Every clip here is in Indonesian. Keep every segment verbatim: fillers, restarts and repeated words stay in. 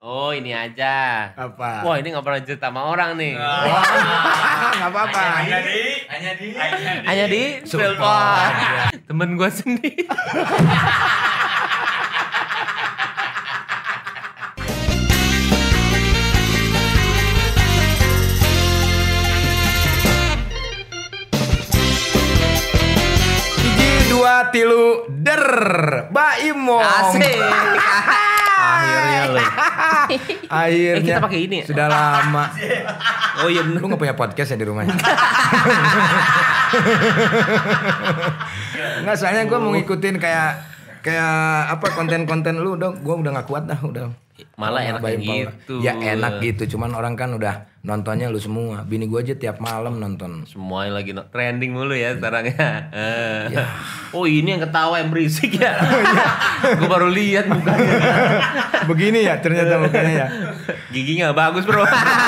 Oh ini aja. Apa? Wah ini nggak pernah cerita sama orang nih. Nggak apa-apa. Hanya di, hanya di, Hanya di Spillpot. Temen gue sendiri. Iji dua tilu der Baimong. Asik. Akhirnya loh. Akhirnya. Eh, kita pakai ini ya? Sudah lama. Oh iya bener. Lu nggak punya podcast ya di rumahnya? Nggak, soalnya gue mau ngikutin kayak kayak apa konten-konten lu, udah gue udah nggak kuat dah udah. Malah enak kayak Baimong. gitu. Ya enak gitu, cuman orang kan udah nontonnya lu semua. Bini gue aja tiap malam nonton. Semuanya lagi no- trending mulu ya sekarang ya. Eh. Oh ini yang ketawa yang berisik ya. Gue baru lihat mukanya. Begini ya ternyata mukanya ya. Gigi nggak bagus bro.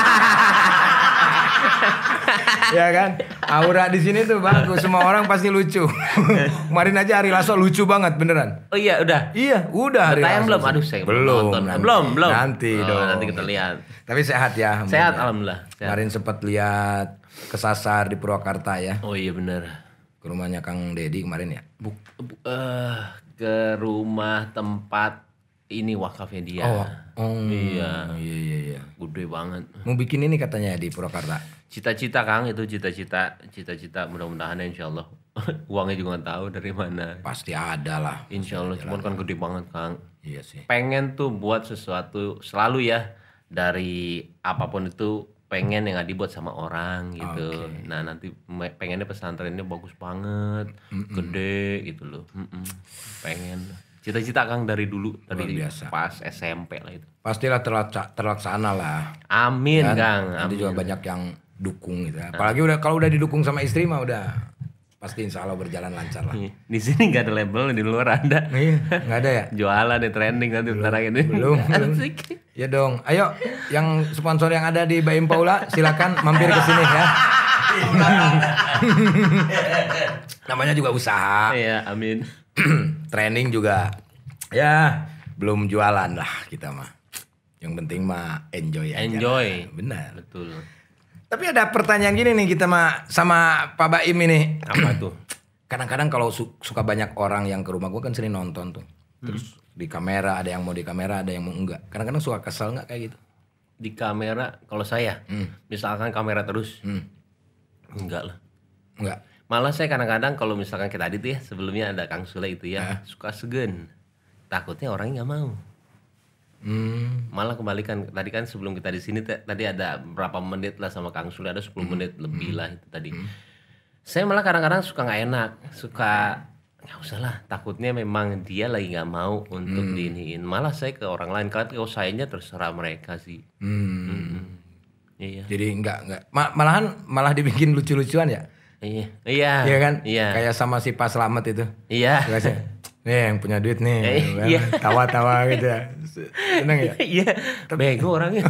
Ya kan, aura di sini tuh bagus, semua orang pasti lucu. Kemarin aja Ari Lasso lucu banget beneran. Oh iya udah. Iya, udah Ari Tayang Lasso. belum? Aduh saya belum belum, nonton. nanti. Belum, belum. Nanti Oh, dong. nanti kita lihat. Tapi sehat ya. Sehat alhamdulillah. alhamdulillah. Sehat. Kemarin sempat lihat kesasar di Purwakarta ya, Oh iya bener. ke rumahnya Kang Dedi kemarin ya. Buk, bu- eh, ke rumah tempat ini wakafnya dia. Oh, oh Iya. iya iya iya. Gede banget. Mau bikin ini katanya di Purwakarta. Cita-cita Kang itu cita-cita, cita-cita mudah-mudahan ya insya Allah. Uangnya juga nggak tahu dari mana. Pasti ada lah. Insya Allah, cuman kan gede banget Kang. Iya sih. Pengen tuh buat sesuatu selalu ya, dari apapun itu pengen yang nggak dibuat sama orang gitu. Nah nanti me- pengennya pesantrennya bagus banget, gede gitu loh. Mm-mm. Pengen. Cita-cita Kang dari dulu, dari Luar biasa. pas S M P lah itu. Pastilah terlaca- terlaksana lah. Amin Kan? Kang. Nanti Amin. juga banyak yang dukung gitu. Apalagi udah kalau udah didukung sama istri mah udah pasti insya Allah berjalan lancar lah. Iya. Di sini nggak ada label, di luar ada. Iya, nggak ada ya? Jualan nih trending nanti bentar lagi nih. Belum, belum. Asik. Ya dong. Ayo yang sponsor yang ada di Baim Paula silakan mampir ke sini ya. Namanya juga usaha. Iya, amin. Training juga. Ya, belum jualan lah kita mah. Yang penting mah enjoy aja. Enjoy. lah. Benar. Betul. Tapi ada pertanyaan gini nih kita mah sama Pak Baim ini. Apa tuh? Kadang-kadang kalau su- suka banyak orang yang ke rumah gue kan sering nonton tuh. Terus di kamera, ada yang mau di kamera, ada yang mau enggak. Kadang-kadang suka kesel nggak kayak gitu? Di kamera kalau saya, misalkan kamera terus, Hmm. enggak lah. Enggak. Malah saya kadang-kadang kalau misalkan kita tadi tuh ya, sebelumnya ada Kang Sule itu ya, suka segen. Takutnya orangnya nggak mau. Hmm. Malah kembalikan, tadi kan sebelum kita di sini t- tadi ada berapa menit lah sama Kang Sule, ada sepuluh menit lebih lah itu tadi. Saya malah kadang-kadang suka nggak enak, suka nggak usah lah, takutnya memang dia lagi nggak mau untuk diiniin. Malah saya ke orang lain, kalau kalau sayanya terserah mereka sih. Hmm. Mm. Iya, Jadi enggak enggak. Ma- malahan malah dibikin lucu-lucuan ya. iya, iya, Iya kan? iya, Kayak sama si Pak Slamet itu. iya. Gak sih? Nih yang punya duit nih. Eh, gitu kan. iya. Tawa-tawa gitu ya. Seneng ya? Iya, bego orangnya.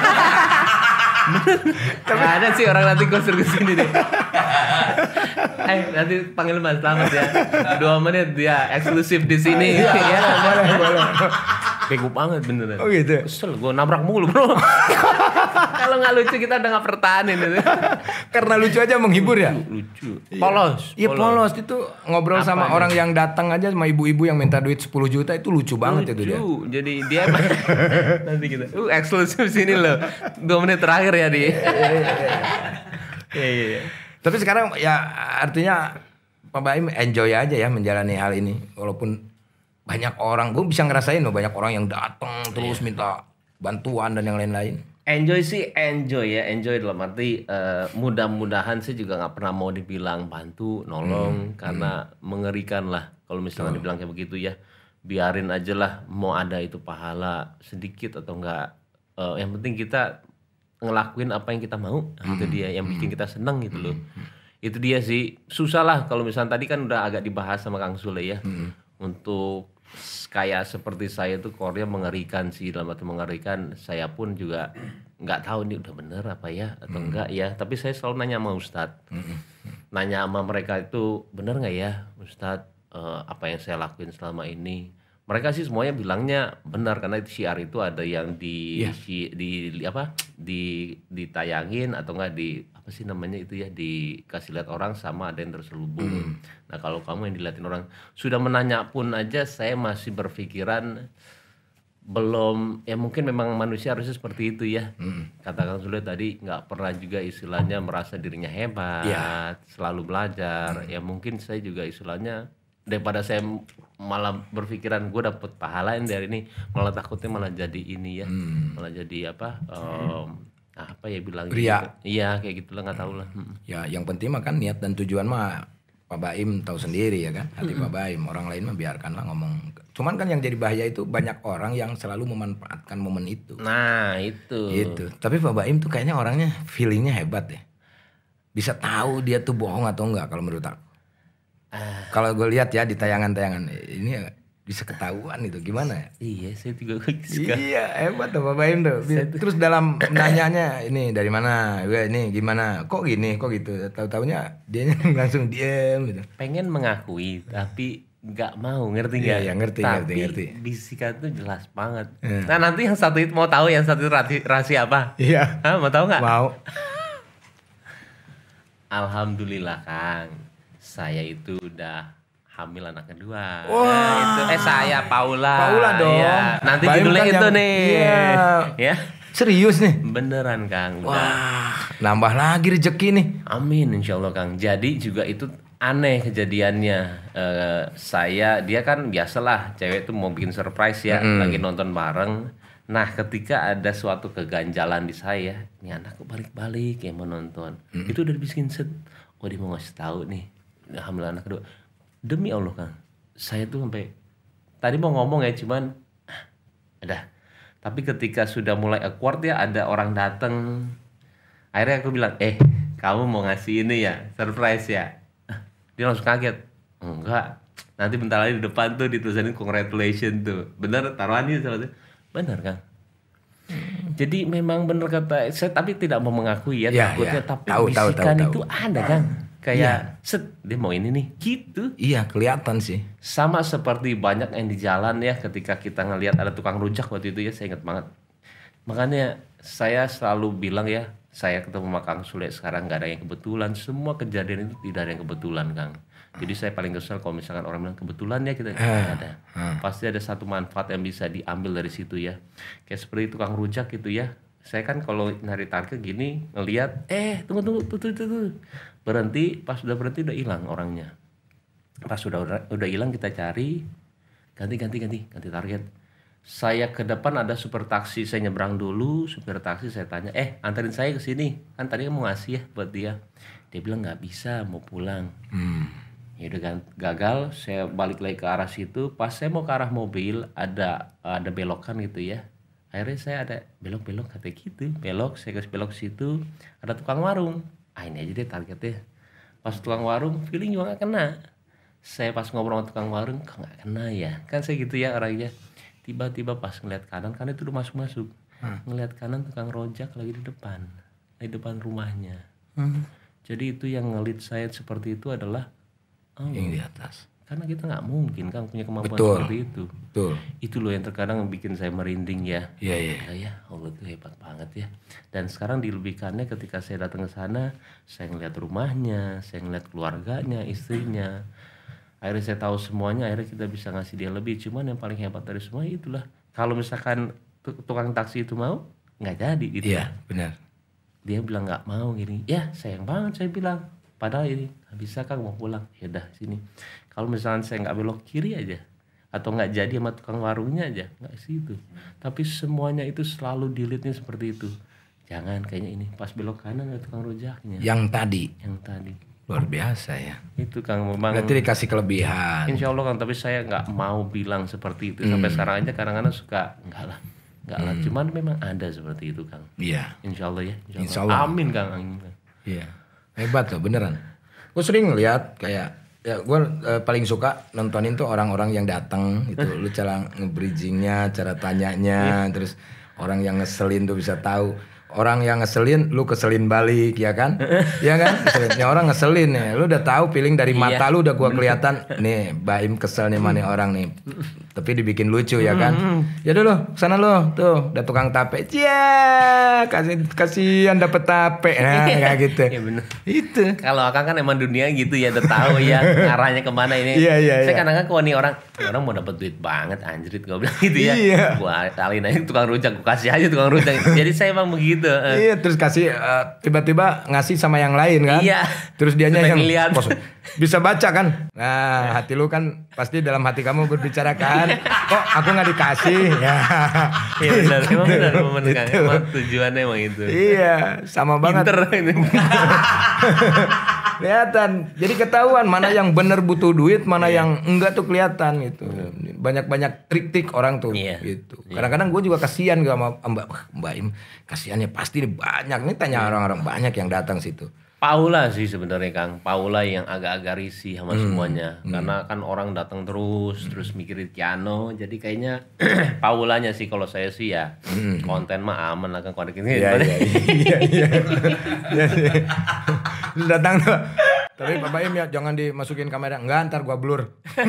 Tapi ada sih orang nanti gue suruh kesini deh. Eh nanti panggil Mas Slamet ya. Dua menit dia eksklusif di sini. ya, Boleh, boleh. Bego banget beneran. Oh gitu. Kesel gue nabrak mulu bro. Kalau nggak lucu kita udah nggak pertahanin itu. Karena lucu aja menghibur ya? Lucu. Polos. Iya polos itu ngobrol Apa sama aja? orang yang datang aja sama ibu-ibu yang minta duit sepuluh juta itu lucu banget itu dia. Lucu. Jadi dia nanti kita. Uh eksklusif sini loh. Dua menit terakhir ya di. Iya iya. iya. Tapi sekarang ya artinya Pak Baim enjoy aja ya menjalani hal ini. Walaupun banyak orang, gue bisa ngerasain loh banyak orang yang datang terus minta bantuan dan yang lain-lain. Enjoy sih enjoy ya, enjoy dalam arti eh, mudah-mudahan sih juga nggak pernah mau dibilang bantu, nolong karena mengerikan lah kalau misalnya dibilang kayak begitu ya. Biarin aja lah, mau ada itu pahala sedikit atau enggak. Eh, yang penting kita ngelakuin apa yang kita mau, itu dia yang bikin kita seneng gitu loh. Itu dia sih, susah lah kalau misalnya tadi kan udah agak dibahas sama Kang Sule ya. Untuk kayak seperti saya tuh core-nya mengerikan sih, dalam arti mengerikan. Saya pun juga nggak tahu ini udah bener apa ya atau enggak ya, tapi saya selalu nanya sama Ustadz, nanya sama mereka itu bener nggak ya Ustadz, eh, apa yang saya lakuin selama ini mereka sih semuanya bilangnya benar karena itu syiar itu ada yang di Iya. si- di, di apa di ditayangin atau enggak di apa sih namanya itu ya dikasih lihat orang sama ada yang terselubung. Nah kalau kamu yang dilihatin orang sudah menanya pun aja saya masih berpikiran belum ya mungkin memang manusia harusnya seperti itu ya. Kata Kang Sule tadi nggak pernah juga istilahnya merasa dirinya hebat, Iya. selalu belajar. Ya mungkin saya juga istilahnya daripada saya malah berpikiran gue dapet pahala yang dari ini malah takutnya malah jadi ini ya, malah jadi apa em, apa ya bilangnya Ria. gitu. Iya kayak gitulah nggak tahu lah. Mm. Ya yang penting mah kan niat dan tujuan mah Pak Baim tahu sendiri ya kan. Hati Pak Baim, orang lain mah biarkanlah ngomong. Cuman kan yang jadi bahaya itu banyak orang yang selalu memanfaatkan momen itu. Nah itu. Gitu. Tapi Pak Baim tuh kayaknya orangnya feelingnya hebat ya. Bisa tahu dia tuh bohong atau enggak kalau menurut aku. Kalau gue lihat ya di tayangan-tayangan ini ya bisa ketahuan itu gimana ya? Iya saya juga suka. Iya hebat tuh Pak Baim tuh. Terus dalam nanyanya ini dari mana? Gue ini gimana? Kok gini? Kok gitu? Tahu-taunya dia langsung diem gitu. Pengen mengakui tapi nggak mau ngerti Iya, nggak? iya, ngerti, tapi ngerti, ngerti. bisikan tuh jelas banget. Iya. Nah nanti yang satu itu mau tahu yang satu itu rahasia, rahasia apa? Iya. Hah, mau tahu nggak? Mau. Alhamdulillah Kang, saya itu udah hamil anak kedua. Wah. Nah, itu eh saya Paula. Paula dong. Iya. Nanti Baim judulnya kan itu yang- nih. Iya. Ya. Serius nih? Beneran Kang. Udah. Wah, nambah lagi rezeki nih. Amin insya Allah Kang. Jadi juga itu aneh kejadiannya. Eh, saya dia kan biasalah cewek tuh mau bikin surprise ya, lagi nonton bareng. Nah ketika ada suatu keganjalan di saya, ini anak kok balik-balik ya mau nonton. Itu udah dibisikin set. Oh dia mau ngasih tahu nih, udah hamil anak kedua. Demi Allah Kang, saya tuh sampai tadi mau ngomong ya cuman ah, udah. Tapi ketika sudah mulai awkward ya ada orang datang. Akhirnya aku bilang, eh kamu mau ngasih ini ya, surprise ya. Ah, dia langsung kaget. Enggak, nanti bentar lagi di depan tuh ditulisanin congratulations tuh. Bener taruhannya salah satu. Bener Kang. Jadi memang bener kata saya tapi tidak mau mengakui ya, Ya, takutnya ya. tapi Tahu, tahu, bisikan tahu, itu tahu. ada Kang. Kayak set dia mau ini nih gitu. Iya kelihatan sih. Sama seperti banyak yang di jalan ya ketika kita ngelihat ada tukang rujak waktu itu ya saya ingat banget. Makanya saya selalu bilang ya, saya ketemu sama Kang Sule sekarang nggak ada yang kebetulan. Semua kejadian itu tidak ada yang kebetulan Kang. Jadi saya paling kesel kalau misalkan orang bilang kebetulan ya kita nggak ada. Pasti ada satu manfaat yang bisa diambil dari situ ya. Kayak seperti tukang rujak gitu ya. Saya kan kalau nyari target gini ngelihat, eh tunggu tunggu tunggu tunggu, tunggu. Berhenti, pas udah berhenti udah hilang orangnya. Pas udah udah hilang kita cari, ganti ganti ganti ganti target. Saya ke depan ada supir taksi, saya nyebrang dulu, supir taksi saya tanya, eh anterin saya ke sini, kan tadi mau ngasih ya buat dia. Dia bilang nggak bisa, mau pulang. Hmm. Ya udah gan- gagal, saya balik lagi ke arah situ. Pas saya mau ke arah mobil ada ada belokan gitu ya. Akhirnya saya ada belok-belok kata gitu, belok saya kasih belok ke situ, ada tukang warung. Ah ini aja deh targetnya. Pas tukang warung, feeling juga gak kena. Saya pas ngobrol sama tukang warung, kok gak kena ya? Kan saya gitu ya orangnya. Tiba-tiba pas ngeliat kanan, kan itu udah masuk-masuk. Ngeliat kanan tukang rojak lagi di depan, di depan rumahnya. Jadi itu yang ngelit saya seperti itu adalah, oh, Yang di atas. karena kita nggak mungkin kan punya kemampuan Betul. seperti itu. Betul. Itu loh yang terkadang bikin saya merinding ya. Iya iya. Ya, ya Allah tuh hebat banget ya. Dan sekarang dilebihkannya ketika saya datang ke sana, saya ngeliat rumahnya, saya ngeliat keluarganya, istrinya. Akhirnya saya tahu semuanya, akhirnya kita bisa ngasih dia lebih. Cuman yang paling hebat dari semua itulah, kalau misalkan tuk- tukang taksi itu mau, nggak jadi gitu. Iya benar. Dia bilang nggak mau gini. Ya sayang banget saya bilang. Padahal ini nggak bisa Kang mau pulang. Ya udah sini. Kalau misalkan saya nggak belok kiri aja, atau nggak jadi sama tukang warungnya aja, nggak situ. Tapi semuanya itu selalu dilitnya seperti itu. Jangan kayaknya ini pas belok kanan ada tukang rujaknya. Yang tadi Yang tadi luar biasa ya. itu Kang memang. Berarti dikasih kelebihan. Insya Allah Kang, tapi saya nggak mau bilang seperti itu sampai sekarang aja kadang-kadang suka enggak lah, enggak lah. Cuman memang ada seperti itu Kang. Iya. Insya Allah ya. Insya Allah. Amin Kang. Amin, Kang. Iya. Hebat loh beneran. Gue sering ngeliat kayak ya gue eh, paling suka nontonin tuh orang-orang yang datang gitu. Lu cara nge-bridgingnya, cara tanyanya, terus orang yang ngeselin tuh bisa tahu. orang yang ngeselin, lu keselin balik ya kan? Ya kan? Ngeselin. Ya orang ngeselin nih, lu udah tahu feeling dari mata iya. lu udah gua kelihatan. Nih, Baim kesel nih mana orang nih. Tapi dibikin lucu ya kan? Ya dulu, sana lu tuh, udah tukang tape. Cia, kasih kasihan dapet tape. Nah, kayak gitu. Iya bener. Itu. Kalau Akang kan emang dunia gitu ya, udah tahu ya arahnya kemana ini. Iya, iya, Saya iya. kadang-kadang kalau nih orang, orang mau dapat duit banget anjrit gue bilang gitu ya. Iya. Gua kaliin aja tukang rujak, gua kasih aja tukang rujak. Jadi saya emang begitu. Iya, terus kasih uh, tiba-tiba ngasih sama yang lain kan? Iya. Terus dianya yang Ngeliat. pos, bisa baca kan? Nah, hati lu kan pasti dalam hati kamu berbicara kan? Kok aku nggak dikasih? Ya. Iya benar, emang benar, emang benar Kang. Gitu. Emang tujuannya emang itu. Iya, sama banget. Pinter ini. Kelihatan. Jadi ketahuan mana yang bener butuh duit, mana yang enggak tuh kelihatan gitu. Banyak-banyak trik-trik orang tuh Iya. gitu. Kadang-kadang gue juga kasihan gak sama Mbak Wah, Mbak Im. Kasihannya pasti nih banyak nih tanya orang-orang banyak yang datang situ. Paula sih sebenarnya Kang, Paula yang agak-agak risih sama Hmm. semuanya, karena kan orang datang terus, terus mikirin Kiano, jadi kayaknya Paulanya sih kalau saya sih ya konten mah aman lah kan konten ini. Iya iya iya iya. Iya sih. Terus datang tuh. Tapi Pak Baim ya jangan dimasukin kamera. Enggak, ntar gua blur.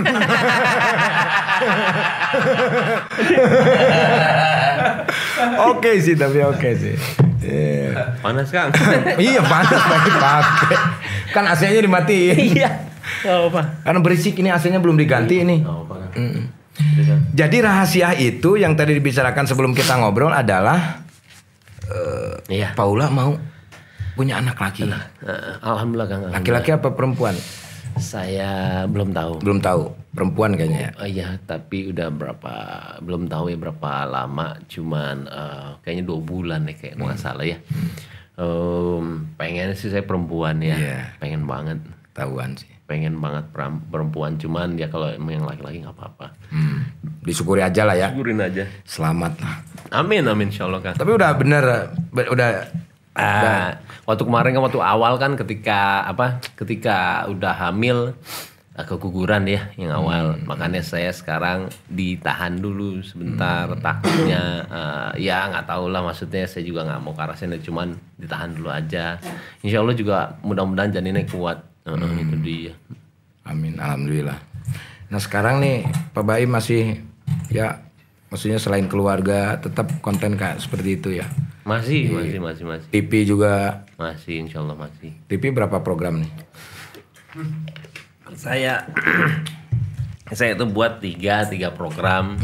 Oke sih, tapi oke sih. Iya. Panas Kang. Iya panas banget pakai. Kan A C-nya dimatiin. Iya. Gak apa. Karena berisik ini A C-nya belum diganti ini. Gak apa Kang. Mm. Jadi rahasia itu yang tadi dibicarakan sebelum kita ngobrol adalah uh, Iya. Paula mau punya anak laki. Uh, Alhamdulillah Kang. Alhamdulillah. Laki-laki apa perempuan? Saya belum tahu. Belum tahu. Perempuan kayaknya ya. Oh iya, tapi udah berapa, belum tahu ya berapa lama, cuman uh, kayaknya dua bulan ya kayak nggak salah ya. Um, pengen sih saya perempuan ya, Iya. pengen banget, Tahuan sih. pengen banget peram- perempuan, cuman ya kalau emang yang laki-laki nggak apa-apa. Hmm. Disyukuri aja lah ya. Syukurin aja. Selamat lah. Amin amin insyaallah Kang. Tapi udah bener, be- udah. Ah, waktu kemarin kan waktu awal kan ketika apa ketika udah hamil ah, keguguran ya yang awal, makanya saya sekarang ditahan dulu sebentar, takutnya eh, ya nggak tahu lah, maksudnya saya juga nggak mau ke arah sana, cuman ditahan dulu aja. Insya Allah juga mudah-mudahan janinnya kuat. Eh, itu dia. Amin, alhamdulillah. Nah sekarang nih Pak Baim masih ya, maksudnya selain keluarga tetap konten kayak seperti itu ya. Masih masih masih masih T V juga. masih Insya Allah masih. T V berapa program nih? Saya saya itu buat tiga tiga program.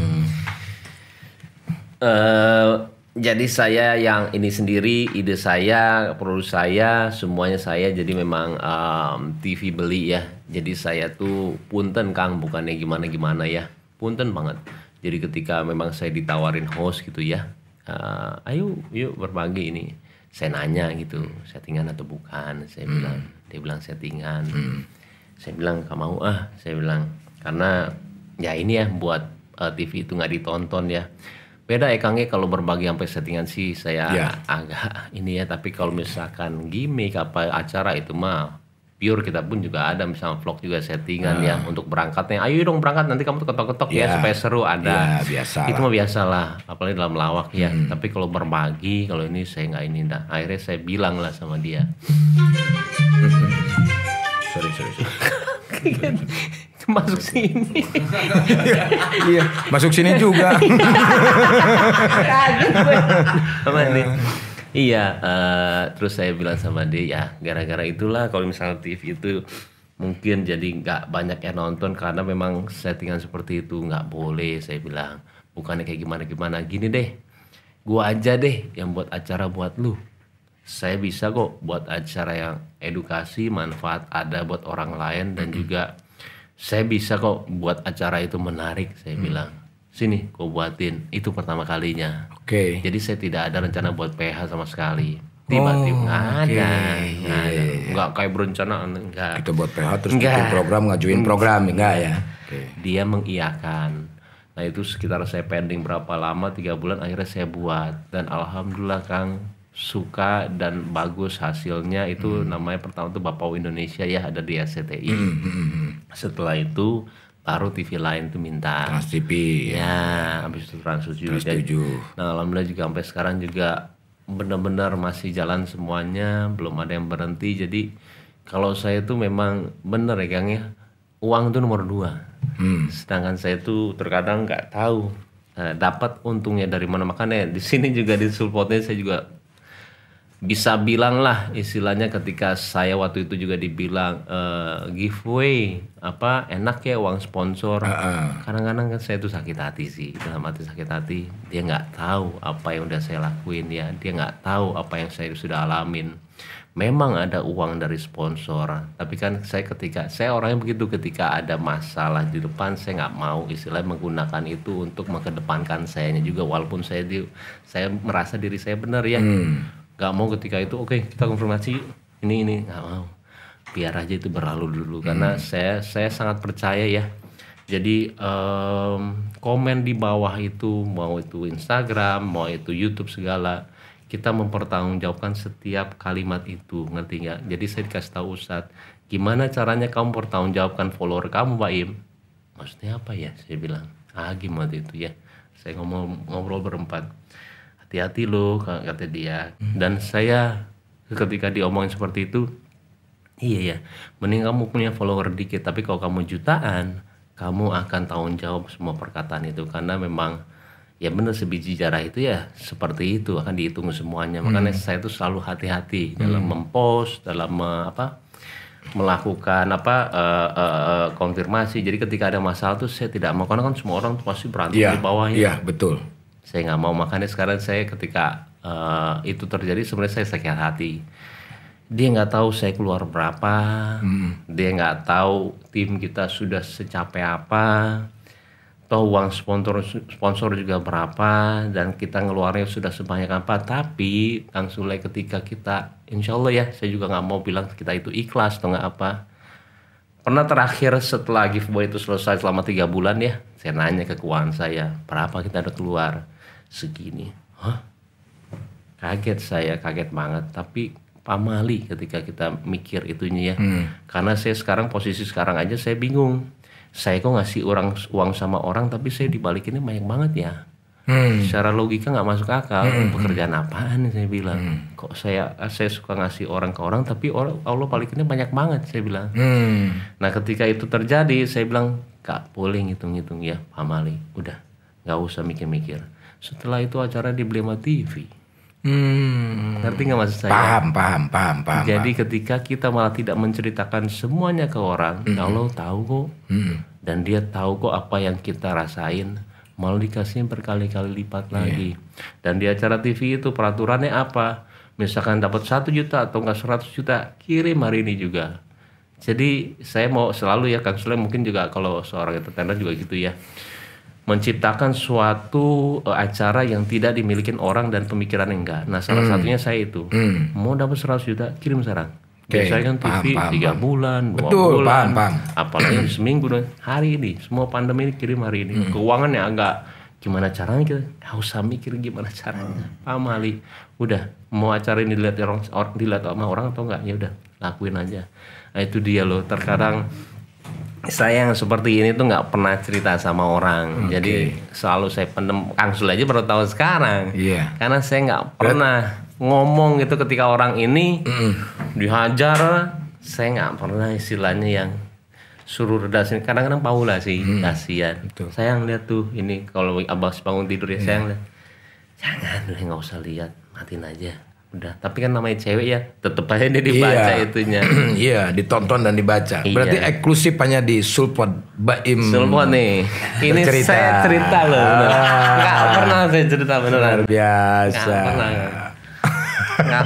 Eh, jadi saya yang ini sendiri, ide saya, produksi saya, semuanya saya. Jadi memang em, T V beli ya. Jadi saya tuh punten Kang, bukannya gimana-gimana ya. Punten banget. Jadi ketika memang saya ditawarin host gitu ya, eh, ayo yuk berbagi ini. Saya nanya gitu, settingan atau bukan? Saya bilang, dia bilang settingan. Saya bilang gak mau ah, saya bilang karena ya ini ya buat uh, T V itu nggak ditonton ya. Beda ya Kang ya, kalau berbagi sampai settingan sih saya Ya. agak ini ya, tapi kalau misalkan gimmick apa acara itu mah pure, kita pun juga ada misalnya vlog juga settingan ya untuk berangkatnya. Ayo dong berangkat, nanti kamu ketok-ketok ya Ya. supaya seru, ada. Ya, biasa Itu lah. mah biasa lah, apalagi dalam lawak ya. Tapi kalau berbagi, kalau ini saya nggak ini dah. Akhirnya saya bilang lah sama dia. Sorry sorry. sorry. Masuk sini. Iya, masuk sini juga. Kaget gue. Apa nih? Iya, eh, terus saya bilang sama dia ya gara-gara itulah kalau misalnya T V itu mungkin jadi nggak banyak yang nonton karena memang settingan seperti itu nggak boleh. Saya bilang bukannya kayak gimana-gimana, gini deh, gua aja deh yang buat acara buat lu. Saya bisa kok buat acara yang edukasi, manfaat ada buat orang lain, dan juga saya bisa kok buat acara itu menarik. Saya bilang sini gua buatin, itu pertama kalinya. Oke. Jadi saya tidak ada rencana buat P H sama sekali. Tiba-tiba Oh, nggak oke. ada, Iya, nggak ada. iya. Nggak kayak berencana, enggak. Kita buat P H terus Enggak. bikin program, ngajuin program, enggak ya? Oke. Dia mengiyakan. Nah itu sekitar saya pending berapa lama, tiga bulan, akhirnya saya buat. Dan alhamdulillah Kang, suka dan bagus hasilnya. Itu namanya pertama tuh Bapau Indonesia ya, ada di R C T I. Setelah itu baru T V lain tuh minta. Trans T V. Ya, habis itu Trans tujuh. Trans tujuh. Nah, alhamdulillah juga sampai sekarang juga benar-benar masih jalan semuanya, belum ada yang berhenti. Jadi kalau saya tuh memang bener ya Kang ya, uang itu nomor dua. Hmm. Sedangkan saya tuh terkadang nggak tahu uh, dapat untungnya dari mana. Makanya di sini juga di Sulpotnya saya juga bisa bilang lah istilahnya ketika saya waktu itu juga dibilang uh, giveaway apa enak ya uang sponsor. Uh-uh. Kadang-kadang kan saya tuh sakit hati sih, dalam hati sakit hati. Dia nggak tahu apa yang udah saya lakuin ya, dia nggak tahu apa yang saya sudah alamin. Memang ada uang dari sponsor, tapi kan saya ketika saya orangnya begitu, ketika ada masalah di depan saya nggak mau istilahnya menggunakan itu untuk mengedepankan sayanya juga, walaupun saya di, saya merasa diri saya benar ya. Hmm. Gak mau ketika itu oke okay, kita konfirmasi ini ini nggak mau, biar aja itu berlalu dulu. hmm. Karena saya saya sangat percaya ya, jadi um, komen di bawah itu mau itu Instagram mau itu YouTube segala, kita mempertanggungjawabkan setiap kalimat itu, ngerti nggak? Jadi saya dikasih tahu Ustadz, gimana caranya kamu pertanggungjawabkan follower kamu Pak Im? Maksudnya apa ya? Saya bilang ah gimana itu ya, saya ngomong ngobrol berempat, hati-hati loh kata dia. Dan saya ketika diomongin seperti itu, iya ya, mending kamu punya follower dikit, tapi kalau kamu jutaan kamu akan tanggung jawab semua perkataan itu. Karena memang ya benar, sebiji jarah itu ya seperti itu akan dihitung semuanya. Makanya hmm. saya tuh selalu hati-hati hmm. dalam mempost, dalam me, apa melakukan apa uh, uh, konfirmasi. Jadi ketika ada masalah tuh saya tidak mau, karena kan semua orang tuh pasti berantem ya, di bawahnya. Iya betul. Saya nggak mau, makanya sekarang saya ketika uh, itu terjadi sebenarnya saya sakit hati. Dia nggak tahu saya keluar berapa, hmm. dia nggak tahu tim kita sudah secapek apa, toh uang sponsor sponsor juga berapa, dan kita ngeluarnya sudah sebanyak apa. Tapi Kang Sule, ketika kita, insya Allah ya, saya juga nggak mau bilang kita itu ikhlas atau nggak apa. Pernah terakhir setelah giveaway itu selesai selama tiga bulan ya, saya nanya ke keuangan saya, berapa kita udah keluar? Segini. Hah? Kaget saya, kaget banget. Tapi pamali ketika kita mikir itunya ya. Hmm. Karena saya sekarang, posisi sekarang aja saya bingung. Saya kok ngasih orang uang sama orang, tapi saya dibalikinnya banyak banget ya. Hmm. Secara logika nggak masuk akal. Hmm. Pekerjaan apaan nih saya bilang. Hmm. Kok saya saya suka ngasih orang ke orang, tapi orang Allah balikinnya banyak banget saya bilang. Hmm. Nah ketika itu terjadi, saya bilang gak boleh ngitung-ngitung ya pamali. Udah, nggak usah mikir-mikir. Setelah itu acara di Blema T V. Hmm. Ngerti nggak maksud saya? Paham, paham, paham, paham. Jadi paham. Ketika kita malah tidak menceritakan semuanya ke orang, mm-hmm. Allah tahu kok, mm-hmm. dan Dia tahu kok apa yang kita rasain, malah dikasih berkali-kali lipat yeah. lagi. Dan di acara T V itu peraturannya apa? Misalkan dapat satu juta atau nggak seratus juta, kirim hari ini juga. Jadi saya mau selalu ya Kang Sule, mungkin juga kalau seorang entertainer juga gitu ya, menciptakan suatu uh, acara yang tidak dimiliki orang dan pemikiran enggak. Nah salah hmm. satunya saya itu hmm. mau dapat seratus juta kirim sekarang. Okay. Biasanya kan T V tiga bulan, dua Betul, bulan, paham, paham. apalagi seminggu dan hari ini semua pandemi ini kirim hari ini. Hmm. Keuangan yang agak gimana caranya kita nggak usah mikir gimana caranya. Hmm. Paham Ali, udah mau acara ini dilihat orang, dilihat sama orang atau enggak, ya udah lakuin aja. Nah itu dia loh, terkadang saya yang seperti ini tuh nggak pernah cerita sama orang, okay. jadi selalu saya pendem. Kang Sule aja baru tahu sekarang, yeah. karena saya nggak pernah But, ngomong gitu ketika orang ini mm. dihajar, saya nggak pernah istilahnya yang suruh redasin. Kadang-kadang Paula sih mm. kasihan, Betul. Sayang lihat tuh ini kalau abang bangun tidur ya, yeah. sayang lihat, jangan deh nggak usah lihat, matiin aja. Udah, tapi kan namanya cewek ya, tetep aja dia dibaca iya. itunya. Iya, ditonton dan dibaca. Iya. Berarti eksklusif hanya di Sulpot Baim. Sulpot nih. Ini cerita. Saya cerita loh. Ah. Nggak pernah saya cerita beneran. Luar biasa. Nggak pernah. Nggak.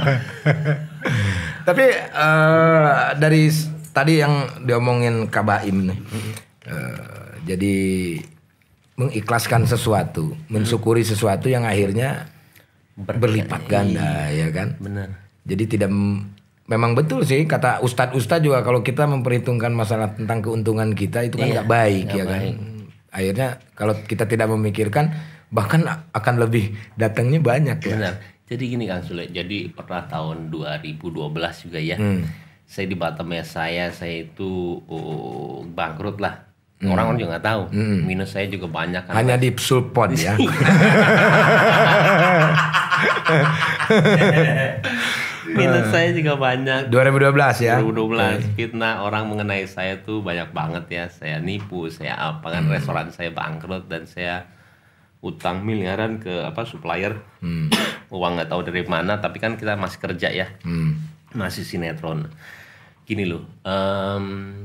Tapi uh, dari tadi yang diomongin Kak Baim nih. Uh, jadi mengikhlaskan sesuatu, mensyukuri sesuatu yang akhirnya berlipat ganda, ya kan? Benar. Jadi tidak, memang betul sih kata ustadz-ustadz juga, kalau kita memperhitungkan masalah tentang keuntungan kita itu kan nggak iya, baik gak ya baik. Kan? Akhirnya kalau kita tidak memikirkan, bahkan akan lebih datangnya banyak ya. Benar. Jadi gini Kang Sule, jadi pernah tahun dua ribu dua belas juga ya, hmm. saya di Batamnya saya, saya itu oh, bangkrut lah. Hmm. Orang-orang juga nggak tahu, hmm. minus saya juga banyak kan. Hanya di Sulpot ya. Minus saya juga banyak. dua ribu dua belas ya. dua ribu dua belas okay. Fitnah orang mengenai saya tuh banyak banget ya. Saya nipu, saya apa kan, hmm. restoran saya bangkrut dan saya utang miliaran ke apa supplier. Hmm. Uang nggak tahu dari mana, tapi kan kita masih kerja ya. Hmm. Masih sinetron. Gini loh, um,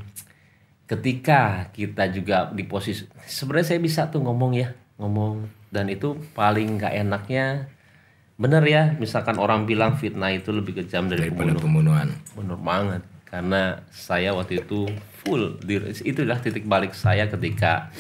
ketika kita juga di posisi, sebenarnya saya bisa tuh ngomong ya, ngomong, dan itu paling nggak enaknya, bener ya, misalkan orang bilang fitnah itu lebih kejam dari daripada pembunuhan. pembunuhan. Bener banget, karena saya waktu itu full, itulah titik balik saya ketika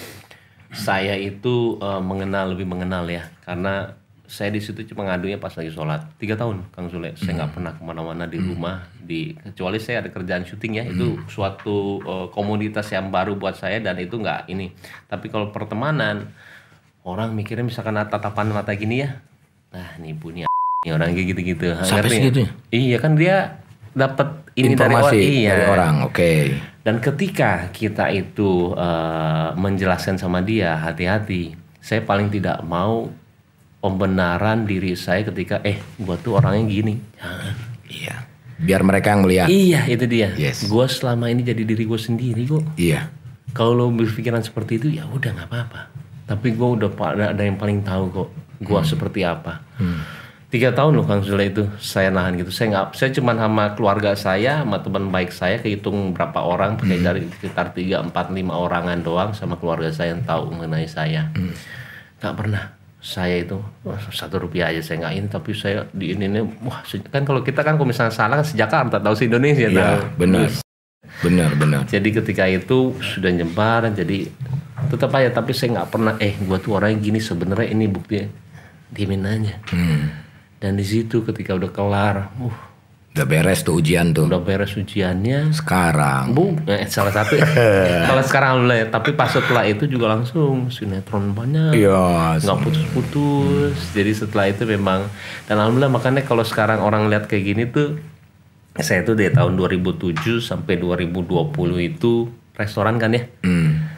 saya itu uh, mengenal lebih mengenal ya, karena saya di situ cuma ngadunya pas lagi sholat. Tiga tahun Kang Sule, saya nggak hmm. pernah kemana-mana di rumah, di kecuali saya ada kerjaan syuting ya, hmm. itu suatu uh, komoditas yang baru buat saya dan itu nggak ini. Tapi kalau pertemanan, orang mikirnya misalkan tatapan mata gini ya, nah nipu nih orang kayak gitu-gitu. Sampai segitu? Iya kan dia dapat ini informasi dari, iya. dari orang, oke. Okay. Dan ketika kita itu uh, menjelaskan sama dia, hati-hati. Saya paling tidak mau pembenaran diri saya ketika eh gua tuh orangnya gini. Jangan. Iya. Biar mereka yang melihat. Iya, itu dia. Yes. Gua selama ini jadi diri gua sendiri kok. Iya. Kalau lo berpikiran seperti itu ya udah nggak apa-apa. Tapi gua udah ada, ada yang paling tahu kok gua hmm. seperti apa. Hmm. Tiga tahun loh Kang Sule itu saya nahan gitu. Saya nggak, saya cuma sama keluarga saya, sama teman baik saya, kehitung berapa orang, pakai hmm. dari sekitar tiga, empat, lima orangan doang sama keluarga saya yang tahu mengenai saya. Hmm. Nggak pernah. Saya itu wah, satu rupiah aja saya nggak ini, tapi saya di ini nih wah kan kalau kita kan kalau misalnya salah kan sejak Jakarta tahu si Indonesia ya, tahu benar benar benar. Jadi ketika itu sudah nyebar, jadi tetap aja, tapi saya nggak pernah eh gua tuh orang yang gini sebenarnya, ini buktinya, diemin aja. Hmm. Dan di situ ketika udah kelar, uh, udah beres tuh ujian tuh. Udah beres ujiannya. Sekarang. Bu, eh, salah satu. Kalau sekarang alhamdulillah, tapi pas setelah itu juga langsung sinetron banyak. Iya. Nggak putus-putus. Hmm. Jadi setelah itu memang, dan alhamdulillah makanya kalau sekarang orang lihat kayak gini tuh, saya tuh dari tahun dua ribu tujuh sampai dua ribu dua puluh itu restoran kan ya. Hmm.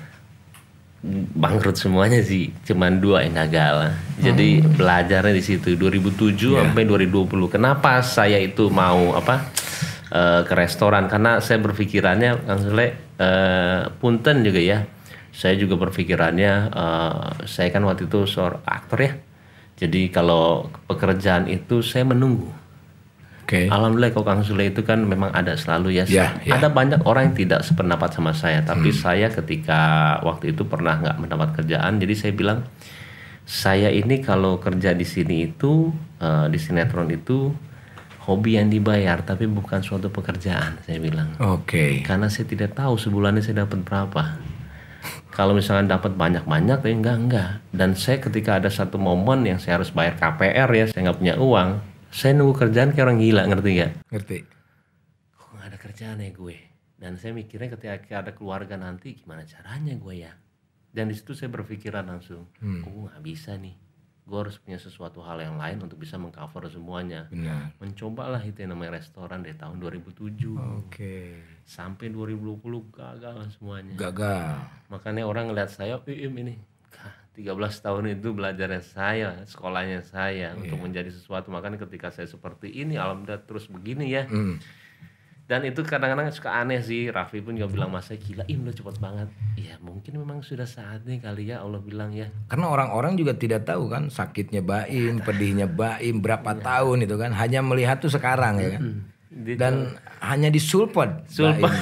Bangkrut semuanya sih, cuman dua yang gagal. Jadi hmm. belajarnya di situ dua ribu tujuh yeah. sampai dua ribu dua puluh. Kenapa saya itu mau apa uh, ke restoran? Karena saya berpikirannya Kang Sule, uh, punten juga ya. Saya juga berpikirannya uh, saya kan waktu itu seorang aktor ya. Jadi kalau pekerjaan itu saya menunggu. Okay. Alhamdulillah kok Kang Sule itu kan memang ada selalu ya. Yeah, yeah. Ada banyak orang yang tidak sependapat sama saya, tapi hmm. saya ketika waktu itu pernah nggak mendapat kerjaan, jadi saya bilang saya ini kalau kerja di sini itu uh, di sinetron itu hobi yang dibayar, tapi bukan suatu pekerjaan, saya bilang. Oke. Okay. Karena saya tidak tahu sebulannya saya dapat berapa. Kalau misalnya dapat banyak-banyak, ya enggak enggak. Dan saya ketika ada satu momen yang saya harus bayar K P R ya, saya nggak punya uang. Saya nunggu kerjaan kayak orang gila, ngerti gak? Ngerti. Kok gak ada kerjaan ya gue? Dan saya mikirnya ketika ada keluarga nanti gimana caranya gue ya? Dan di situ saya berpikiran langsung, hmm. oh gak bisa nih. Gue harus punya sesuatu hal yang lain untuk bisa mengcover semuanya. Benar. Mencobalah itu yang namanya restoran dari tahun dua ribu tujuh. Oke. Okay. Sampai dua ribu dua puluh gagal semuanya. Gagal. Makanya orang ngeliat saya, Im ini. tiga belas tahun itu belajarnya saya, sekolahnya saya yeah. untuk menjadi sesuatu. Makanya ketika saya seperti ini, alhamdulillah terus begini ya. Mm. Dan itu kadang-kadang suka aneh sih. Raffi pun juga bilang, masa gila, Im lo cepet banget. Ya mungkin memang sudah saatnya kali ya Allah bilang ya. Karena orang-orang juga tidak tahu kan sakitnya Baim, pedihnya Baim, berapa ya. tahun itu kan. Hanya melihat tuh sekarang ya kan. Mm-hmm. Dan hanya di Sulpod. Sulpod.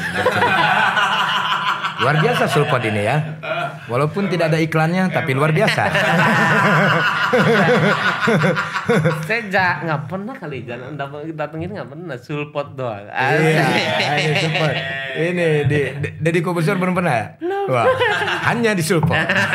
Luar biasa Sulpod ini ya. Walaupun tidak ada iklannya, tapi luar biasa. Saya nggak pernah kali jangan datengin, nggak pernah Sulpod doang. Iya, ini Sulpod. Ini di Deddy Corbuzier belum pernah. Wah, hanya di Sulpod.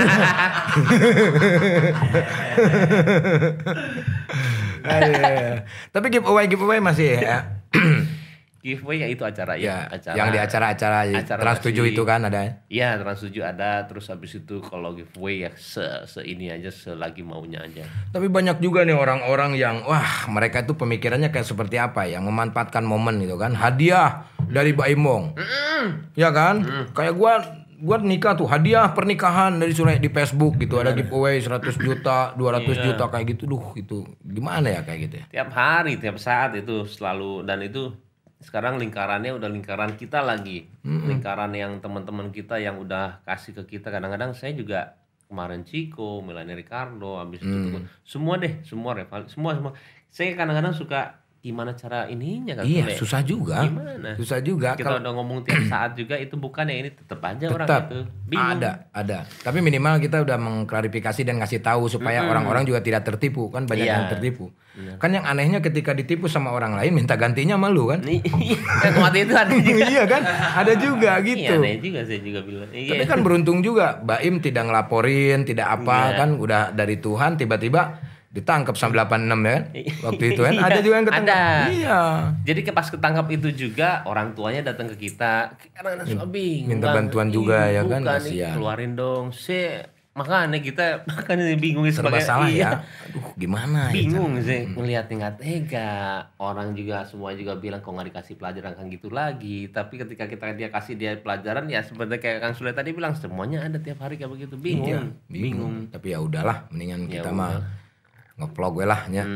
Tapi giveaway giveaway masih ya. Giveaway ya itu acara ya, acara yang di acara-acara Trans tujuh itu kan ada. Iya, Trans tujuh ada, terus habis itu kalau giveaway ya se, se ini aja, selagi maunya aja. Tapi banyak juga nih orang-orang yang wah, mereka itu pemikirannya kayak seperti apa ya, memanfaatkan momen gitu kan. Hadiah dari Baimong. Mm-mm. Ya kan? Mm. Kayak gua buat nikah tuh hadiah pernikahan dari Sule di Facebook gitu. Ada giveaway seratus juta, dua ratus Iya. juta kayak gitu. Duh itu gimana ya kayak gitu ya. Tiap hari, tiap saat itu selalu, dan itu sekarang lingkarannya udah lingkaran kita lagi. Mm-hmm. Lingkaran yang teman-teman kita yang udah kasih ke kita. Kadang-kadang saya juga kemarin Chico, Melanie Ricardo, habis mm. itu semua deh, semua Reval, semua semua. Saya kadang-kadang suka gimana cara ininya kan. Iya, susah juga. Gimana? Susah juga. Kita Kalo... udah ngomong tiap saat juga itu bukan ya, ini tetap aja tetap, orang itu bingung. Ada, ada. Tapi minimal kita udah mengklarifikasi dan ngasih tahu supaya mm-hmm. orang-orang juga tidak tertipu kan, banyak iya. yang tertipu. Iya. Kan yang anehnya ketika ditipu sama orang lain minta gantinya malu kan? Yang waktu itu ada juga. Iya kan? Ada juga gitu. Iya, aneh juga saya juga bilang. Iya. Tapi kan beruntung juga, Baim tidak ngelaporin, tidak apa iya. kan, udah dari Tuhan tiba-tiba ditangkap sama delapan enam ya kan? Waktu itu kan ada juga yang ketangkap. Ada. Iya. Jadi pas ketangkap itu juga orang tuanya datang ke kita, karena suka bingung. Minta bantuan juga ya kan, kasihan. Keluarin dong. Si makanya kita makanya bingung serba sebagai salah iya. ya. Aduh, gimana bingung ya? sih ngelihat nggak tega. Orang juga semua juga bilang kok nggak dikasih pelajaran kan gitu lagi. Tapi ketika kita dia kasih dia pelajaran ya sebenarnya kayak Kang Sule tadi bilang semuanya ada tiap hari kayak begitu. Bingung. Iya, bingung. bingung. Tapi ya udahlah, mendingan ya kita udah. mah nge-vlog gue lah ya.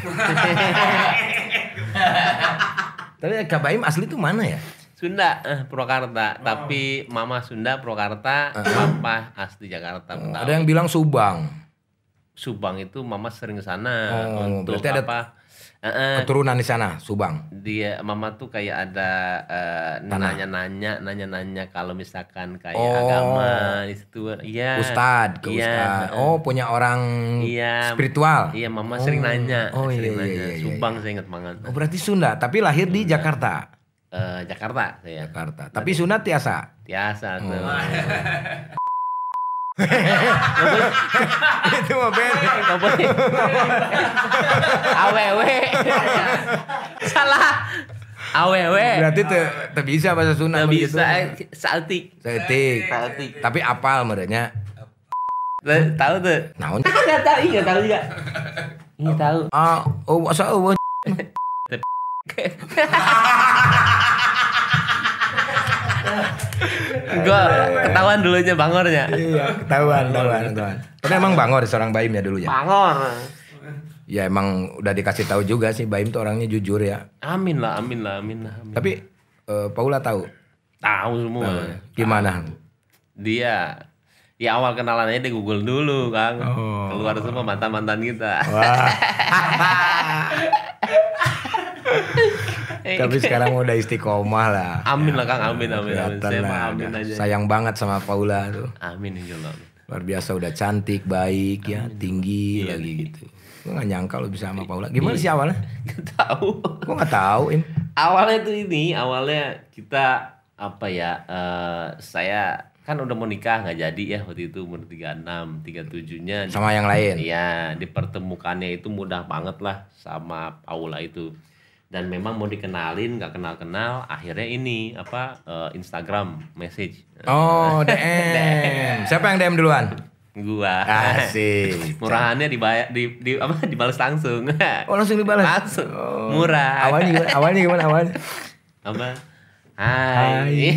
Tapi Kak Baim asli tuh mana ya? Sunda, eh, Purwakarta. Oh. Tapi Mama Sunda Purwakarta, uh-huh. Papa asli Jakarta. Oh, ada yang bilang Subang. Subang itu Mama sering ke sana oh, untuk berarti ada apa? Uh-uh. Keturunan di sana, Subang. Dia Mama tuh kayak ada uh, nanya-nanya, nanya-nanya kalau misalkan kayak oh, agama di situ. Iya. Ustad, ke iya. Ustad. Oh, punya orang iya. spiritual. Iya, Mama oh. sering nanya. Oh, sering iya, nanya. Iya, iya, Subang iya. saya ingat banget. Oh, berarti Sunda, tapi lahir Sunda. Di Jakarta. Uh, Jakarta saya. Jakarta. Tapi Sunda tiasa. Tiasa tuh. Oh. Itu mah beda. Awewe. Salah. Awewe. Berarti teu bisa bahasa Sunda begitu. Bisa saltik. Saltik. Saltik. Tapi apal merenya. Tahu tuh. Naon? Enggak tahu, enggak tahu juga. Ini tahu. Ah, oh masa oh. Gue ketahuan dulunya bangornya. Iya, ketahuan, ketahuan, ketahuan. Tapi emang bangor seorang Baim ya dulu ya. Bangor. Ya emang udah dikasih tahu juga sih Baim tuh orangnya jujur ya. Amin lah, amin lah, amin lah. Amin. Tapi uh, Paula tahu? Tahu semua. Tahu, ya? Gimana? Dia ya awal kenalannya di Google dulu, Kang. Oh. Keluar semua mantan-mantan kita. Wah. Tapi sekarang udah istiqomah lah. Amin lah Kang, amin amin. amin. Saya lah, amin aja. Sayang banget sama Paula tuh. Amin insyaallah. Luar biasa udah cantik, baik amin. Ya, tinggi iya, lagi gitu. Gue gak nyangka lo bisa sama Paula. Gimana iya. sih awalnya? Gak tahu. Gue gak tahu ini. Awalnya tuh ini, awalnya kita apa ya? Uh, saya kan udah mau nikah nggak jadi ya waktu itu umur tiga puluh enam, tiga puluh tujuh-nya. Sama yang lain. Iya, dipertemukannya itu mudah banget lah sama Paula itu. Dan memang mau dikenalin nggak kenal-kenal, akhirnya ini apa uh, Instagram message. Oh, D M. Siapa yang D M duluan? Gua. Asik. Murahannya dibayar di, di apa dibalas langsung. Oh, langsung dibalas. Langsung. Oh. Murah. Awalnya gimana? Awalnya gimana awalnya? Apa? Hai.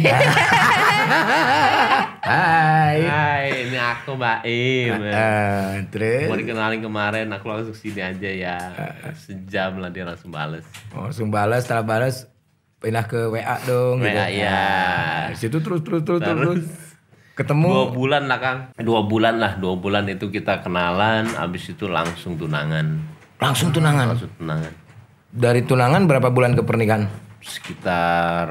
Hai. Hai, ini aku Baim. Uh, terus? Mau dikenalin kemarin, aku langsung sini aja ya. Sejam lah dia langsung balas. Oh, langsung balas, setelah balas pindah ke W A dong. W A gitu. Ya. Nah, situ terus terus terus terus. terus. Ketemu. Dua bulan lah Kang. Dua bulan lah, dua bulan itu kita kenalan, abis itu langsung tunangan. Langsung tunangan. Langsung tunangan. Dari tunangan berapa bulan ke pernikahan? Sekitar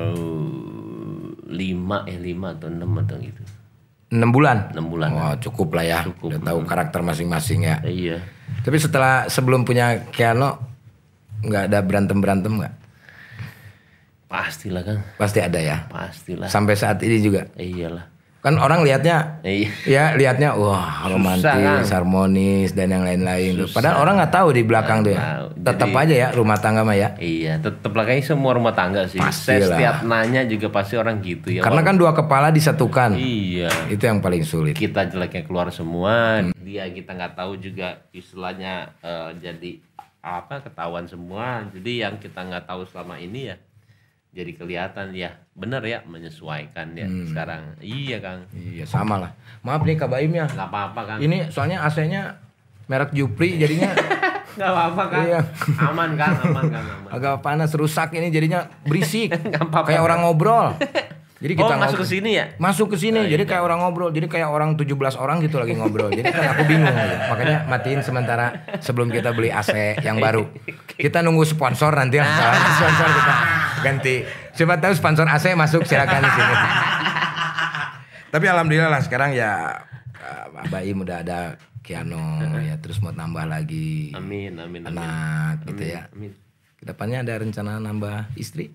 lima eh lima atau enam atau gitu. Enam bulan. Enam bulan. Wah, cukup lah ya. Cukup. Udah tahu karakter masing-masing ya. Iya. Tapi setelah sebelum punya Keanu nggak ada berantem berantem nggak? Pastilah Kang. Pasti ada ya. Pastilah. Sampai saat ini juga. Iyalah. Kan orang lihatnya, iya. ya lihatnya wah romantis, susah, harmonis dan yang lain-lain. Susah. Padahal orang nggak tahu di belakang tuh ya. Tetap aja ya rumah tangga mah ya. Iya, tetap lah kayaknya semua rumah tangga sih. Saya setiap nanya juga pasti orang gitu ya. Karena kan dua kepala disatukan. Iya. Itu yang paling sulit. Kita jeleknya keluar semua, hmm. dia kita nggak tahu juga istilahnya uh, jadi apa ketahuan semua. Jadi yang kita nggak tahu selama ini ya jadi kelihatan ya. Bener ya, menyesuaikan ya hmm. sekarang. Iya Kang. Iya sama lah. Maaf nih Kak Baim ya. Gak apa-apa Kang. Ini soalnya A C-nya merek Jupri jadinya. Gak apa-apa Kang. Iya. Aman Kang, aman Kang. Aman. Agak panas, rusak ini jadinya berisik. Apa-apa, kayak orang ngobrol. Jadi kita oh masuk ke sini ya? Masuk ke sini, oh, jadi iya. kayak orang ngobrol. Jadi kayak orang tujuh belas orang gitu lagi ngobrol. Jadi kan aku bingung gitu. Makanya matiin sementara sebelum kita beli A C yang baru. Kita nunggu sponsor nanti lah. Sponsor kita ganti. Siapa tahu sponsor A C masuk, silakan di sini. Tapi alhamdulillah lah sekarang ya Baim udah ada Kiano ya, terus mau nambah lagi. Amin, amin, amin. Anak gitu amin, ya. Amin. Kedepannya ada rencana nambah istri?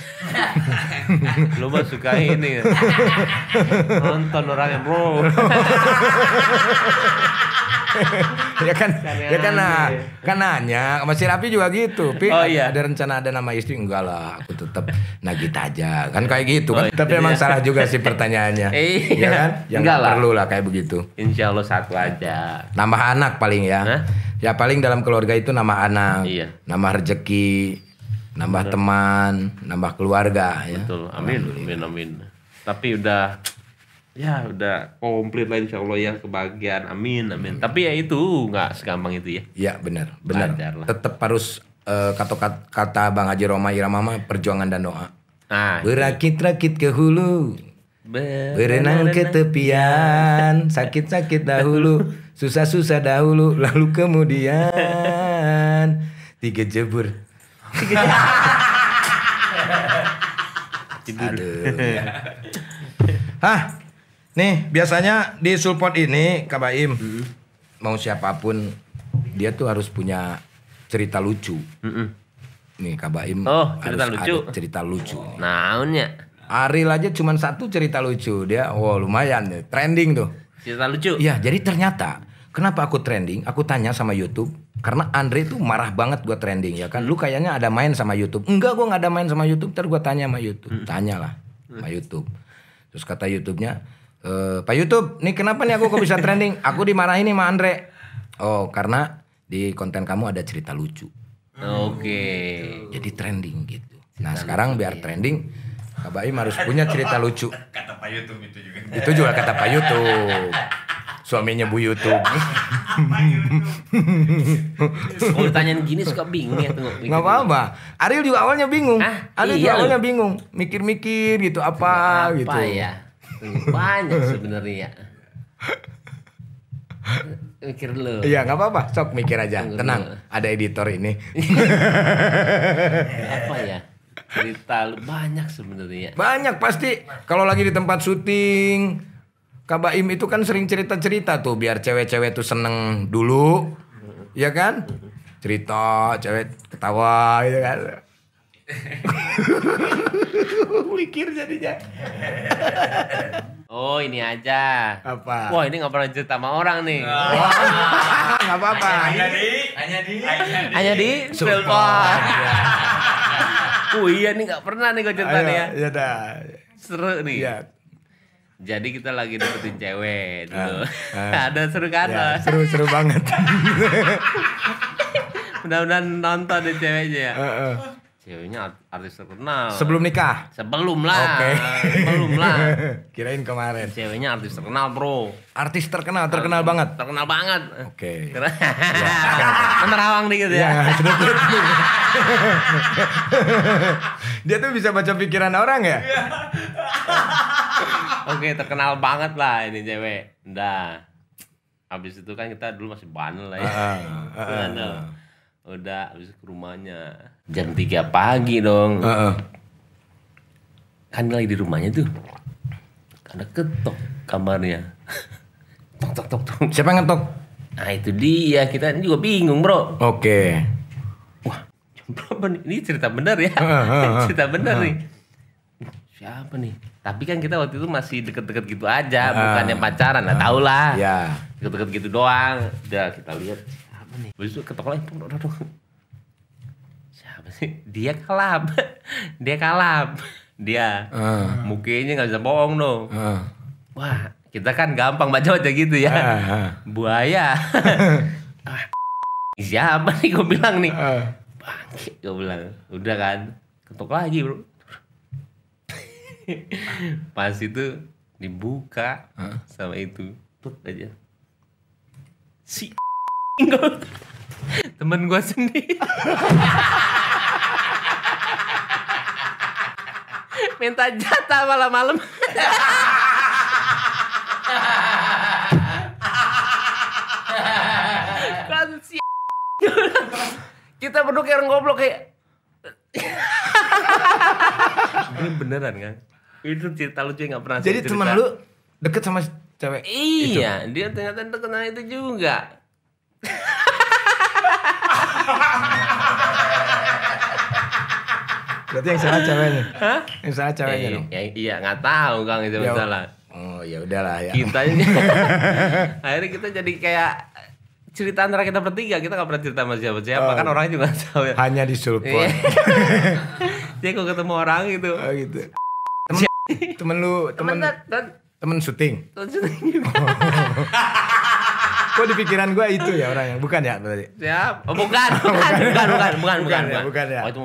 Lu mah suka ini nonton orangnya bro. ya kan ya kan nah, kan nanya sama si Rapi juga gitu. Pi oh, iya. ada rencana ada nama istri? Enggak lah, aku tetap nagih aja kan kayak gitu kan. Oh, tapi iya. emang salah juga sih pertanyaannya. Iya ya kan? Yang enggak perlu lah kayak begitu. Insya Allah satu aja. Nambah anak paling ya. Hah? Ya paling dalam keluarga itu nama anak, iya. nama rezeki, nambah Bener. teman, nambah keluarga. Betul, ya. Amin, amin, amin. Tapi udah, ya udah komplit lah insya Allah ya kebahagiaan, amin, amin. Hmm. Tapi ya itu nggak segampang itu ya. Iya benar, benar. Tetap harus uh, kata kata Bang Haji Roma Irama mah perjuangan dan doa. Nah, berakit-rakit ke hulu, berenang ke tepian, sakit-sakit dahulu, susah-susah dahulu, lalu kemudian tiga jebur. Aduh. Hah, nih biasanya di Sulpot ini Kak Baim hmm. mau siapapun dia tuh harus punya cerita lucu. Mm-mm. Nih Kak Baim oh, cerita harus lucu. ada cerita lucu. Naonnya? Ariel aja cuma satu cerita lucu dia, wow lumayan nih, trending tuh. Cerita lucu? Iya, jadi ternyata kenapa aku trending? Aku tanya sama YouTube. Karena Andre tuh marah banget gua trending ya kan. Lu kayaknya ada main sama YouTube. Enggak, gua gak ada main sama YouTube. Ntar gua tanya sama YouTube. Hmm. Tanyalah sama YouTube. Terus kata YouTube-nya, e, Pak YouTube, nih kenapa nih aku kok bisa trending? Aku dimarahin nih sama Andre. Oh, karena di konten kamu ada cerita lucu. Oke. Okay. Jadi trending gitu. Nah, cerita sekarang biar ya. trending, Kak Baim harus punya cerita lucu. Kata Pak YouTube itu juga. Itu juga kata Pak YouTube. Suaminya Bu YouTube. Kalau ditanyain gini suka bingung ya. Tengok, nggak apa-apa. Ariel juga awalnya bingung. Ah, Ariel iya juga awalnya bingung. Mikir-mikir gitu apa, apa gitu. Apa ya? Banyak sebenarnya. Mikir dulu. Iya nggak apa-apa. Sok mikir aja. Tunggu Tenang. Dulu. Ada editor ini. Apa ya? Cerita banyak sebenarnya. Banyak pasti. Kalau lagi di tempat syuting. Kak Baim itu kan sering cerita-cerita tuh biar cewek-cewek tuh seneng dulu, ya kan? Cerita, cewek ketawa, gitu kan? Mikir jadinya. Oh ini aja. Apa? Wah ini nggak pernah cerita sama orang nih. Nggak apa-apa. Hanya di, hanya di, hanya di Sulpot. Oh iya nih nggak pernah nih gue cerita nih ya. Iya dah. Seru nih. Iya. Jadi kita lagi deketin cewek dulu. Uh, uh, Ada seru kan? Ya, seru-seru banget. Mudah-mudahan nonton deh ceweknya ya. Uh, uh. Ceweknya artis terkenal. Sebelum nikah? Sebelum lah. Oke. Okay. Sebelum lah. Kirain kemarin. Ceweknya artis terkenal bro. Artis terkenal, terkenal artis, banget. Terkenal banget. Oke. Okay. Ya. Menerawang dikit ya. Ya dia tuh bisa baca pikiran orang ya. Oke, terkenal banget lah ini cewek. Udah. Habis itu kan kita dulu masih bandel lah ya. Uh, uh, uh. Udah habis ke rumahnya. Jam tiga pagi dong. Uh, uh. Kan lagi di rumahnya tuh. Ada ketok kamarnya. Tok tok tok tok. Siapa yang ngetok? Nah, itu dia. Kita juga bingung, Bro. Oke. Okay. Wah, jam berapa nih? Ini cerita benar ya. Uh, uh, uh. cerita benar uh. nih. Siapa nih? Tapi kan kita waktu itu masih deket-deket gitu aja, uh, bukannya pacaran. Nah, uh, tau lah. Yeah. Deket-deket gitu doang. Udah kita lihat siapa nih? Besok ketok lagi. Siapa sih? Dia kalap. Dia kalap. Dia. Uh. Mukanya nggak bisa bohong dong. Uh. Wah, kita kan gampang baca aja gitu ya. Uh, uh. Buaya. ah, siapa nih? Gue bilang nih. Uh. Bangkit, gue bilang. Udah kan. Ketok lagi bro. Pas itu dibuka huh? sama itu, tut aja. Si temen gue sendiri. Minta jatah malam-malam. Kan si kita berdua kayak orang goblok kayak. Ini beneran kan? Itu cerita lucu yang gak pernah. Jadi teman lu deket sama cewek? Iya, itu? Dia ternyata deket sama itu juga. Berarti yang salah ceweknya? Hah? Yang salah ceweknya eh, dong? Ya, iya nggak tahu Kang itu ya, masalah. Oh ya udahlah ya. Kita akhirnya kita jadi kayak cerita antara kita bertiga, kita nggak pernah cerita sama siapa-siapa, oh. Kan orangnya juga nggak tahu ya. Hanya di Sulpon. Jadi kalau ketemu orang gitu. Oh gitu. Temen, temen lu, temen, temen, temen syuting. Temen syuting. Kok di pikiran gua itu ya orang yang bukan ya berarti? Siap. Oh, bukan, bukan, bukan, bukan, bukan, bukan, bukan, bukan, ya, bukan ya. Oh, itu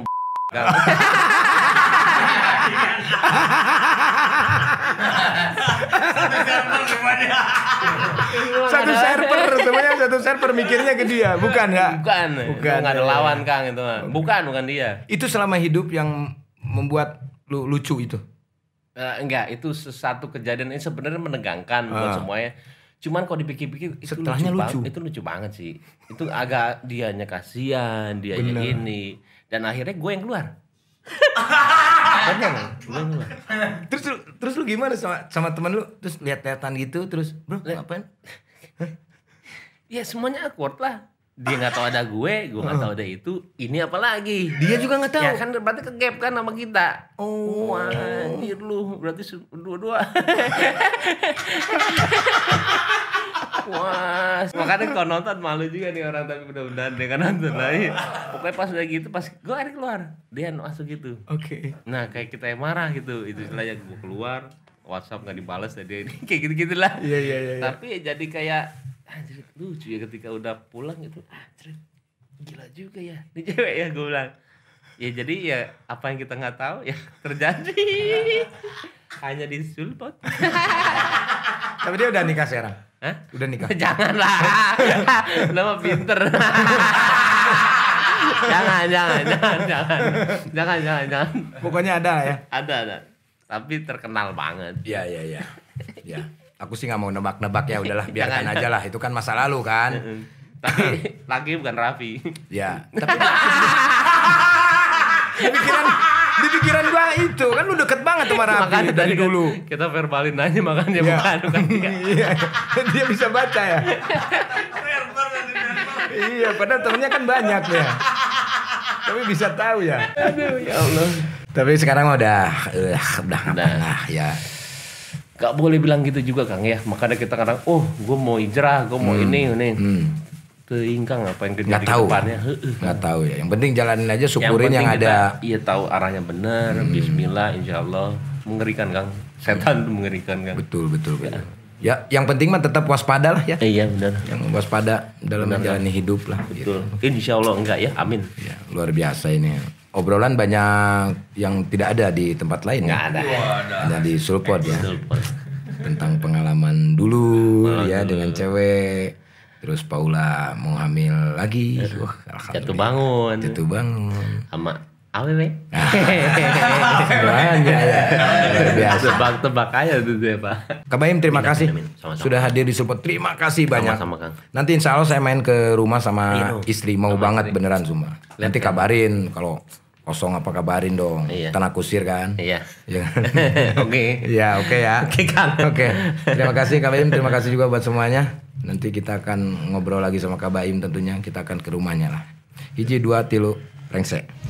satu server, semuanya satu server mikirnya ke dia, bukan ya? Bukan, bukan. Nggak ada lawan Kang itu mah. Bukan, bukan dia. Itu selama hidup yang membuat lu lucu itu? Uh, enggak, itu satu kejadian ini sebenarnya menegangkan uh. buat semuanya. Cuman kalau dipikir-pikir itu lucu, lucu. Banget, itu lucu banget sih. Itu agak dianya kasihan, dianya Bener. Ini, dan akhirnya gue yang keluar. Bener, gue yang keluar. Terus terus lu gimana sama sama teman lu? Terus lihat-lihatan gitu, terus bro ngapain? Ya semuanya awkward lah. Dia nggak tahu ada gue, gue nggak tahu ada itu. Ini apa lagi? Dia juga nggak tahu. Ya kan berarti ke gap kan sama kita. Oh, wah, anjir lu, berarti dua-dua. Wah, makanya kalau nonton malu juga nih orang, tapi mudah-mudahan dia kan nonton lagi. Pokoknya pas udah gitu, pas gue akhirnya keluar, dia masuk gitu. Oke. Okay. Nah kayak kita yang marah gitu, itu istilahnya gue keluar, WhatsApp nggak dibalas, dia ini kayak gitu-gitulah. Iya iya iya. Tapi jadi kayak anjir lucu ya ketika udah pulang gitu, anjir gila juga ya, ini cewek ya gue bilang. Ya jadi ya apa yang kita nggak tahu ya terjadi hanya di Sulpon. Tapi dia udah nikah sekarang? Hah? Udah nikah? Janganlah, nama pinter. jangan, jangan, jangan, jangan, jangan, jangan, jangan. Pokoknya ada ya? Ada, ada. Tapi terkenal banget. Iya, iya, iya. Ya. Aku sih nggak mau nebak-nebak ya, udahlah biarkan aja lah. Itu kan masa lalu kan. Tapi lagi bukan Raffi. Ya. Tapi di pikiran, di pikiran gua itu kan lu deket banget sama Raffi dari dulu. Kita verbalin aja makanya ya. bukan, bukan dia. Iya. Dia bisa baca ya. Iya, padahal temennya kan banyak ya. Tapi bisa tahu ya. Aduh, ya Allah. Tapi sekarang udah, uh, udah ngapain ya. Gak boleh bilang gitu juga Kang ya. Makanya kita kadang, oh gue mau hijrah, gue mau hmm. ini, ini. Hmm. Teingkang apa yang terjadi ke depannya. Gak tahu ya. Yang penting jalanin aja, syukurin yang, yang ada. Iya tahu arahnya benar. Hmm. Bismillah, insya Allah. Mengerikan Kang. Setan tuh mengerikan Kang. Betul, betul, betul. Ya, ya yang penting mah tetap waspada lah ya. Eh, iya benar. Yang waspada dalam benar, menjalani kan? Hidup lah. Betul. Gitu. Insya Allah enggak ya, amin. Ya, luar biasa ini. Obrolan banyak yang tidak ada di tempat lain. Nggak ya? ada. Ada di Sulpon ya. Sulpon. Tentang pengalaman dulu oh, ya dulu. Dengan cewek. Terus Paula mau hamil lagi. Wah, jatuh bangun. Jatuh bangun. Sama awewe. Banyak ya. Luar biasa. Tebak-tebak aja tuh ya Pak. Kak Baim terima kasih. Sama-sama. Sudah hadir di Sulpon. Terima kasih banyak. Sama-sama Kang. Nanti insya Allah saya main ke rumah sama iya, istri. Mau sama banget istri. Beneran semua. Nanti kabarin kalau kosong apa kabarin dong. Iya. Tanah kusir kan. Iya. Oke. Iya oke ya. Oke Kang. Oke. Terima kasih Kak Baim. Terima kasih juga buat semuanya. Nanti kita akan ngobrol lagi sama Kak Baim tentunya. Kita akan ke rumahnya lah. Hiji dua tilu rengsek.